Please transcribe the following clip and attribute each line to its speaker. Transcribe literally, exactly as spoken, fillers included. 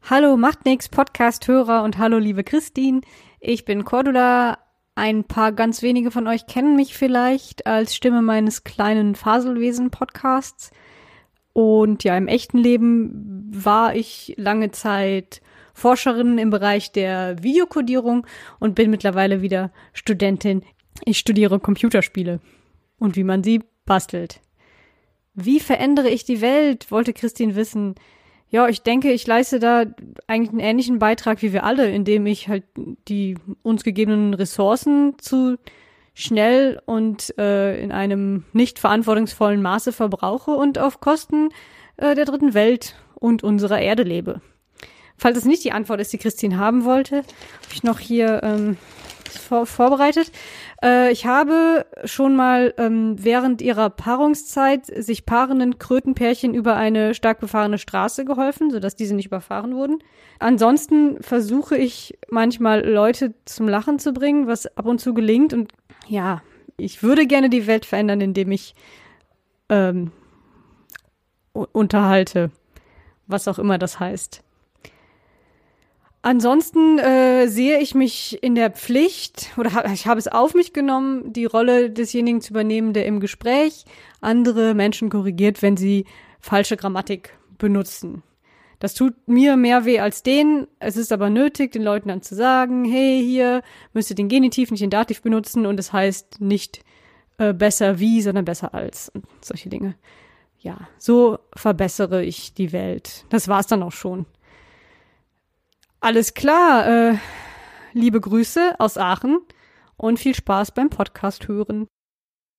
Speaker 1: Hallo macht nix, Podcast-Hörer und hallo liebe Christine. Ich bin Cordula. Ein paar ganz wenige von euch kennen mich vielleicht als Stimme meines kleinen Faselwesen-Podcasts. Und ja, im echten Leben war ich lange Zeit Forscherin im Bereich der Videokodierung und bin mittlerweile wieder Studentin. Ich studiere Computerspiele und wie man sie bastelt. Wie verändere ich die Welt, wollte Christine wissen. Ja, ich denke, ich leiste da eigentlich einen ähnlichen Beitrag wie wir alle, indem ich halt die uns gegebenen Ressourcen zu schnell und äh, in einem nicht verantwortungsvollen Maße verbrauche und auf Kosten äh, der dritten Welt und unserer Erde lebe. Falls es nicht die Antwort ist, die Christine haben wollte, habe ich noch hier ähm, vor, vorbereitet. Äh, ich habe schon mal ähm, während ihrer Paarungszeit sich paarenden Krötenpärchen über eine stark befahrene Straße geholfen, sodass diese nicht überfahren wurden. Ansonsten versuche ich manchmal Leute zum Lachen zu bringen, was ab und zu gelingt. Und ja, ich würde gerne die Welt verändern, indem ich ähm, unterhalte, was auch immer das heißt. Ansonsten äh, sehe ich mich in der Pflicht, oder hab, ich habe es auf mich genommen, die Rolle desjenigen zu übernehmen, der im Gespräch andere Menschen korrigiert, wenn sie falsche Grammatik benutzen. Das tut mir mehr weh als denen. Es ist aber nötig, den Leuten dann zu sagen, hey, hier müsst ihr den Genitiv, nicht den Dativ benutzen und es heißt nicht äh, besser wie, sondern besser als und solche Dinge. Ja, so verbessere ich die Welt. Das war's dann auch schon. Alles klar, äh, liebe Grüße aus Aachen und viel Spaß beim Podcast hören.